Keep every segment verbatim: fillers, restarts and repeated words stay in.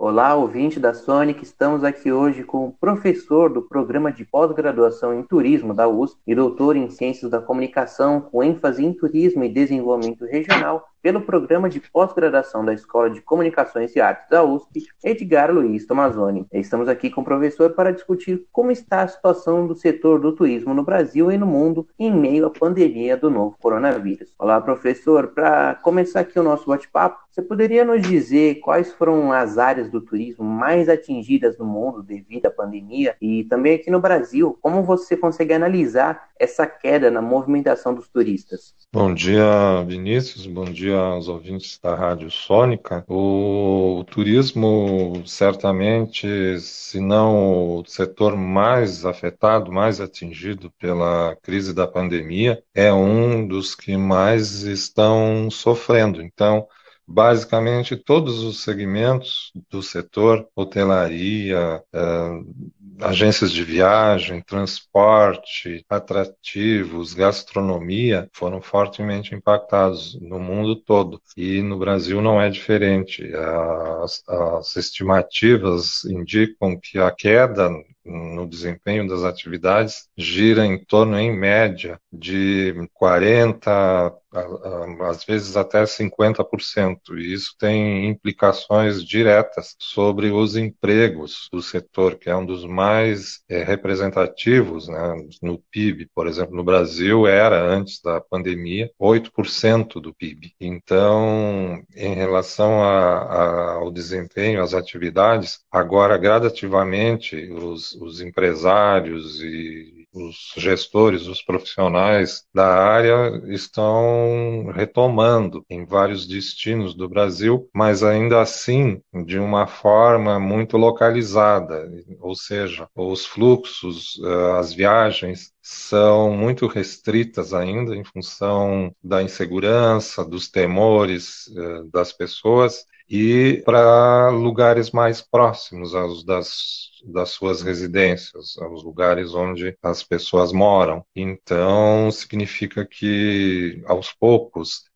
Olá, ouvinte da Sonic, estamos aqui hoje com o professor do programa de pós-graduação em turismo da U S P e doutor em ciências da comunicação com ênfase em turismo e desenvolvimento regional pelo programa de pós-graduação da Escola de Comunicações e Artes da U S P, Edgar Luiz Tomazoni. Estamos aqui com o professor para discutir como está a situação do setor do turismo no Brasil e no mundo em meio à pandemia do novo coronavírus. Olá, professor, para começar aqui o nosso bate-papo, você poderia nos dizer quais foram as áreas do turismo mais atingidas no mundo devido à pandemia e também aqui no Brasil? Como você consegue analisar essa queda na movimentação dos turistas? Bom dia, Vinícius. Bom dia aos ouvintes da Rádio Sônica. O, o turismo, certamente, se não o setor mais afetado, mais atingido pela crise da pandemia, é um dos que mais estão sofrendo. Então, basicamente, todos os segmentos do setor, hotelaria, eh, agências de viagem, transporte, atrativos, gastronomia, foram fortemente impactados no mundo todo. E no Brasil não é diferente. As, as estimativas indicam que a queda no desempenho das atividades gira em torno, em média, de quarenta por cento, às vezes até cinquenta por cento. E isso tem implicações diretas sobre os empregos do setor, que é um dos mais é, representativos, né, no P I B. Por exemplo, no Brasil era, antes da pandemia, oito por cento do P I B. Então, em relação a, a, ao desempenho, às atividades, agora, gradativamente, os, os empresários e os gestores, os profissionais da área estão retomando em vários destinos do Brasil, mas ainda assim de uma forma muito localizada, ou seja, os fluxos, as viagens são muito restritas ainda em função da insegurança, dos temores das pessoas, e para lugares mais próximos aos das das suas residências, aos lugares onde as pessoas moram. Então, significa que, aos poucos,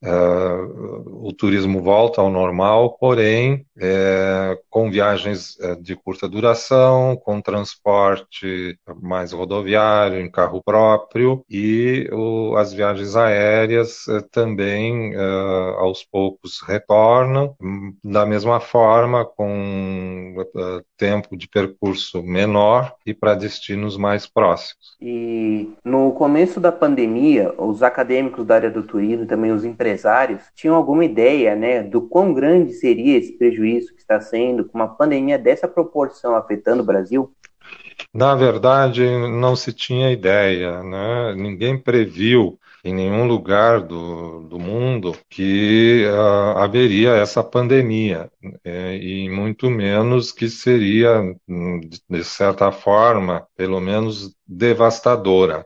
uh, o turismo volta ao normal, porém, é, com viagens é, de curta duração, com transporte mais rodoviário, em carro próprio, e o, as viagens aéreas é, também, é, aos poucos, retornam, da mesma forma, com é, tempo de percurso menor e para destinos mais próximos. E no começo da pandemia, os acadêmicos da área do turismo e também os empresários tinham alguma ideia, né, do quão grande seria esse prejuízo que está sendo com uma pandemia dessa proporção afetando o Brasil? Na verdade, não se tinha ideia, né? Ninguém previu em nenhum lugar do, do mundo que uh, haveria essa pandemia, é, e muito menos que seria, de certa forma, pelo menos devastadora,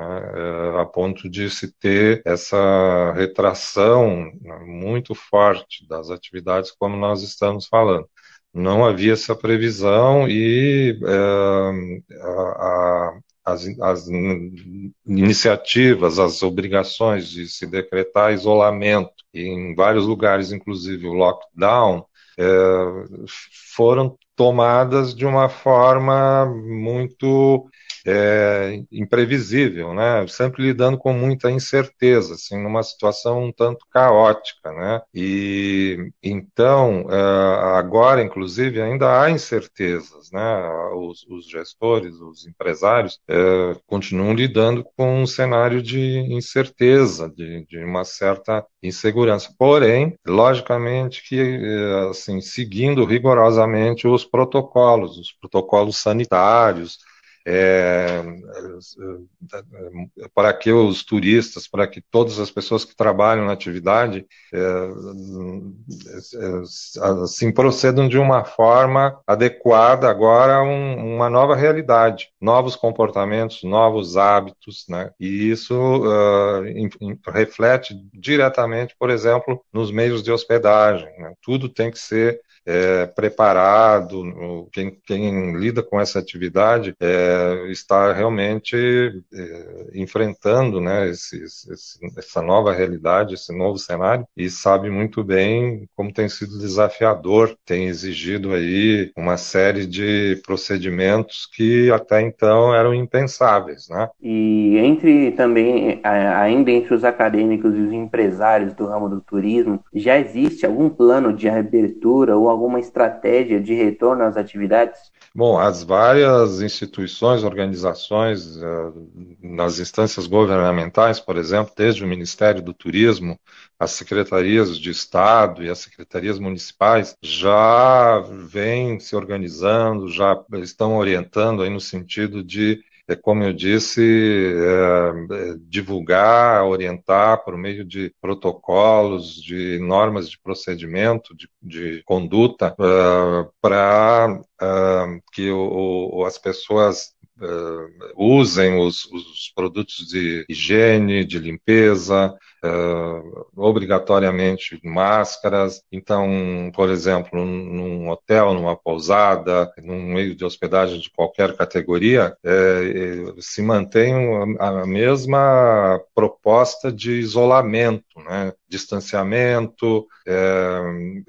né? É, a ponto de se ter essa retração, né, muito forte das atividades como nós estamos falando. Não havia essa previsão e é, a, a, as, as iniciativas, as obrigações de se decretar isolamento, e em vários lugares, inclusive o lockdown, é, foram tomadas de uma forma muito é, imprevisível, né? Sempre lidando com muita incerteza, assim, numa situação um tanto caótica, né? E então, é, agora, inclusive, ainda há incertezas, né? Os, os gestores, os empresários, é, continuam lidando com um cenário de incerteza, de, de uma certa insegurança. Porém, logicamente que, assim, seguindo rigorosamente os protocolos, os protocolos sanitários, é, para que os turistas, para que todas as pessoas que trabalham na atividade é, assim, procedam de uma forma adequada agora a um, uma nova realidade, novos comportamentos, novos hábitos, né? E isso uh, in, in, reflete diretamente, por exemplo, nos meios de hospedagem, né? Tudo tem que ser é, preparado, o- quem, quem lida com essa atividade é, está realmente é, enfrentando, né, esse, esse, essa nova realidade, esse novo cenário, e sabe muito bem como tem sido desafiador, tem exigido aí uma série de procedimentos que até então eram impensáveis, né? E entre também, a- ainda entre os acadêmicos e os empresários do ramo do turismo, já existe algum plano de reabertura ou alguma estratégia de retorno às atividades? Bom, as várias instituições, organizações, eh, nas instâncias governamentais, por exemplo, desde o Ministério do Turismo, as secretarias de Estado e as secretarias municipais já vêm se organizando, já estão orientando aí no sentido de, é como eu disse, é, é, divulgar, orientar por meio de protocolos, de normas de procedimento, de, de conduta, para que o, o, as pessoas uh, usem os, os produtos de higiene, de limpeza, uh, obrigatoriamente máscaras. Então, por exemplo, num hotel, numa pousada, num meio de hospedagem de qualquer categoria, é, se mantém a mesma proposta de isolamento, né? Distanciamento, é,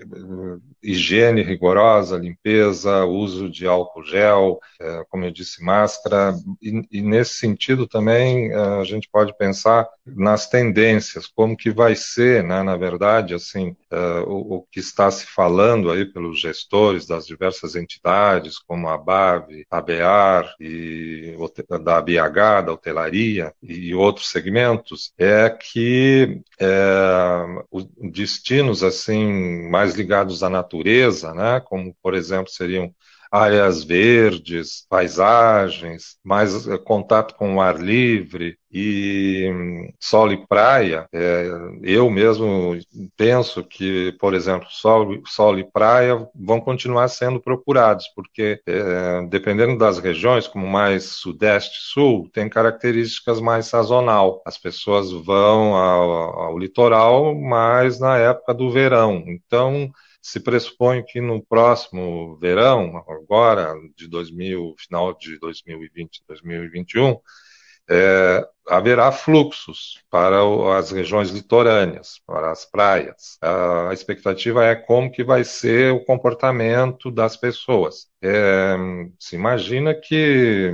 higiene rigorosa, limpeza, uso de álcool gel, é, como eu disse, máscara, e, e nesse sentido também a gente pode pensar nas tendências, como que vai ser, né, na verdade, assim, uh, o, o que está se falando aí pelos gestores das diversas entidades, como a BAV, a BEAR, e da B H, da hotelaria e outros segmentos, é que é, os destinos assim mais ligados à natureza, né, como por exemplo seriam áreas verdes, paisagens, mais eh, contato com o ar livre e hum, sol e praia. É, eu mesmo penso que, por exemplo, sol, sol e praia vão continuar sendo procurados, porque é, dependendo das regiões, como mais sudeste, sul, tem características mais sazonal. As pessoas vão ao, ao litoral mais na época do verão. Então, se pressupõe que no próximo verão, agora de dois mil, final de dois mil e vinte, dois mil e vinte e um, é, haverá fluxos para o, as regiões litorâneas, para as praias. A, a expectativa é como que vai ser o comportamento das pessoas. É, se imagina que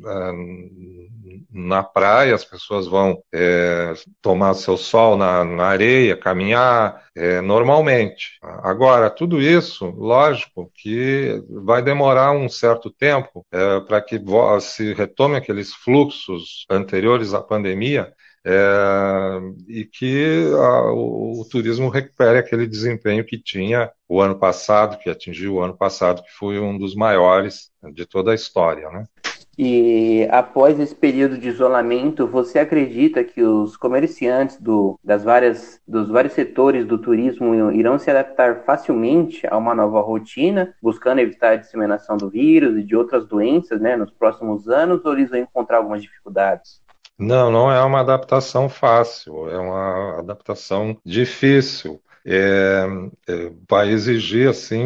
é, na praia as pessoas vão é, tomar seu sol na, na areia, caminhar é, normalmente. Agora, tudo isso, lógico que vai demorar um certo tempo é, para que se retome aqueles fluxos anteriores à pandemia é, e que a, o, o turismo recupere aquele desempenho que tinha o ano passado, que atingiu o ano passado, que foi um dos maiores de toda a história, né? E após esse período de isolamento, você acredita que os comerciantes do, das várias, dos vários setores do turismo irão se adaptar facilmente a uma nova rotina, buscando evitar a disseminação do vírus e de outras doenças, né, nos próximos anos, ou eles vão encontrar algumas dificuldades? Não, não é uma adaptação fácil, é uma adaptação difícil. É, é, vai exigir assim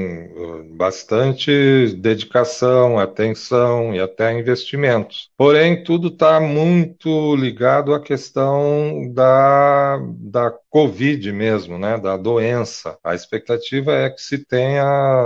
bastante dedicação, atenção e até investimentos. Porém, tudo está muito ligado à questão da, da Covid mesmo, né, da doença. A expectativa é que se tenha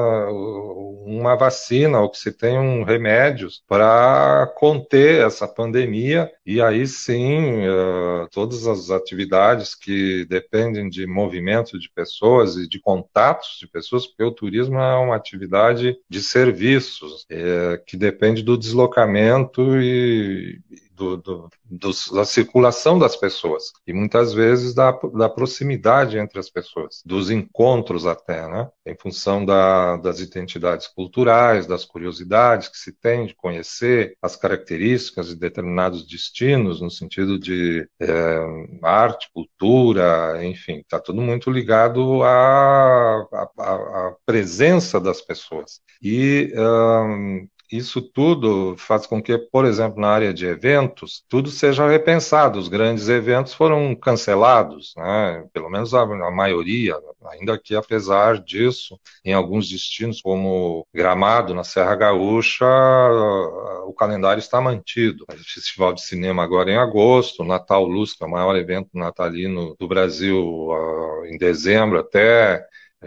uma vacina ou que se tenham remédios para conter essa pandemia e aí sim uh, todas as atividades que dependem de movimento de pessoas e de contatos de pessoas, porque o turismo é uma atividade de serviços é, que depende do deslocamento e do, do, do, da circulação das pessoas e muitas vezes da, da proximidade entre as pessoas, dos encontros até, né? Em função da, das identidades culturais, das curiosidades que se tem de conhecer, as características de determinados destinos, no sentido de é, arte, cultura, enfim, está tudo muito ligado à, à, à presença das pessoas. E um, isso tudo faz com que, por exemplo, na área de eventos, tudo seja repensado. Os grandes eventos foram cancelados, né? Pelo menos a, a maioria, ainda que, apesar disso, em alguns destinos, como Gramado, na Serra Gaúcha, o calendário está mantido. O Festival de Cinema agora é em agosto, o Natal Luz, que é o maior evento natalino do Brasil, em dezembro até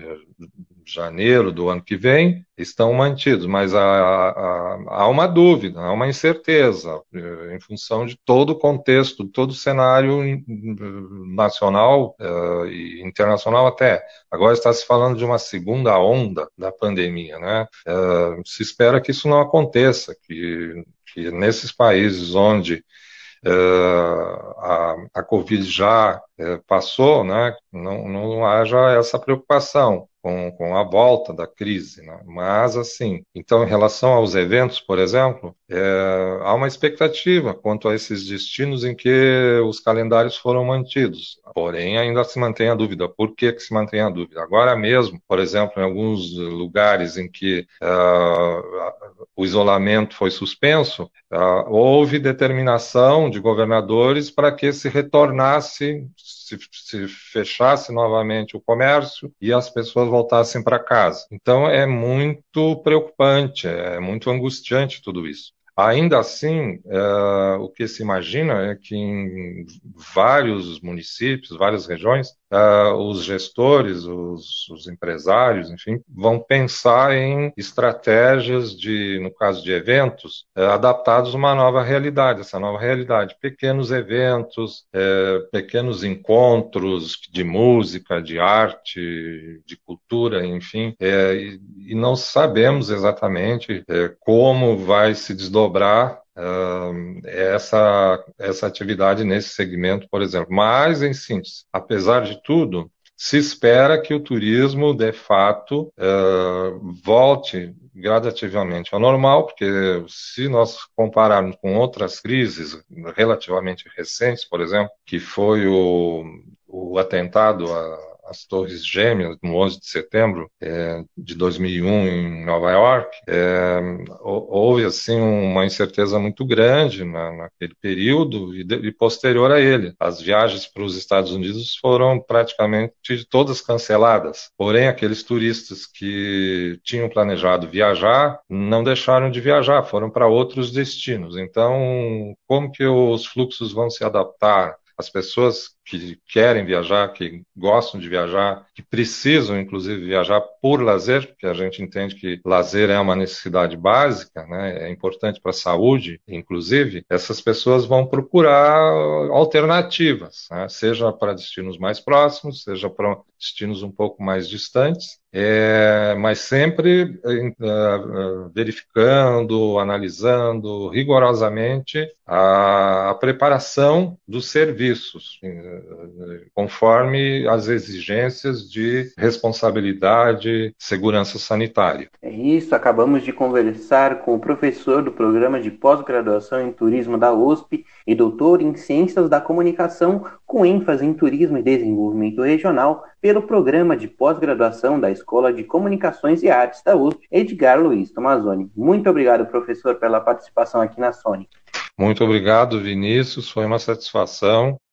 janeiro do ano que vem, estão mantidos, mas há, há, há uma dúvida, há uma incerteza em função de todo o contexto, todo o cenário nacional uh, e internacional até. Agora está se falando de uma segunda onda da pandemia, né? Uh, se espera que isso não aconteça, que, que nesses países onde Uh, a, a Covid já uh, passou, né, não, não haja essa preocupação com, com a volta da crise, né? Mas, assim, então, em relação aos eventos, por exemplo, é, há uma expectativa quanto a esses destinos em que os calendários foram mantidos. Porém, ainda se mantém a dúvida. Por que que se mantém a dúvida? Agora mesmo, por exemplo, em alguns lugares em que uh, o isolamento foi suspenso, uh, houve determinação de governadores para que se retornasse, se, se fechasse novamente o comércio e as pessoas voltassem para casa. Então é muito preocupante, é muito angustiante tudo isso. Ainda assim, uh, o que se imagina é que em vários municípios, várias regiões, uh, os gestores, os, os empresários, enfim, vão pensar em estratégias de, no caso de eventos, uh, adaptados a uma nova realidade, essa nova realidade, pequenos eventos, uh, pequenos encontros de música, de arte, de cultura, enfim, uh, e, e não sabemos exatamente uh, como vai se desdobrar dobrar uh, essa, essa atividade nesse segmento, por exemplo. Mas, em síntese, apesar de tudo, se espera que o turismo, de fato, uh, volte gradativamente ao normal, porque se nós compararmos com outras crises relativamente recentes, por exemplo, que foi o, o atentado a as Torres Gêmeas, no onze de setembro é, de dois mil e um, em Nova York, é, houve assim uma incerteza muito grande na, naquele período e, de, e posterior a ele. As viagens para os Estados Unidos foram praticamente todas canceladas. Porém, aqueles turistas que tinham planejado viajar não deixaram de viajar, foram para outros destinos. Então, como que os fluxos vão se adaptar? As pessoas que querem viajar, que gostam de viajar, que precisam, inclusive, viajar por lazer, porque a gente entende que lazer é uma necessidade básica, né? É importante para a saúde, inclusive, essas pessoas vão procurar alternativas, né? Seja para destinos mais próximos, seja para destinos um pouco mais distantes, é, mas sempre uh, uh, verificando, analisando rigorosamente a, a preparação dos serviços, conforme as exigências de responsabilidade, segurança sanitária. É isso, acabamos de conversar com o professor do programa de pós-graduação em turismo da U S P e doutor em ciências da comunicação, com ênfase em turismo e desenvolvimento regional, pelo programa de pós-graduação da Escola de Comunicações e Artes da U S P, Edgar Luiz Tomazoni. Muito obrigado, professor, pela participação aqui na Sônica. Muito obrigado, Vinícius, foi uma satisfação.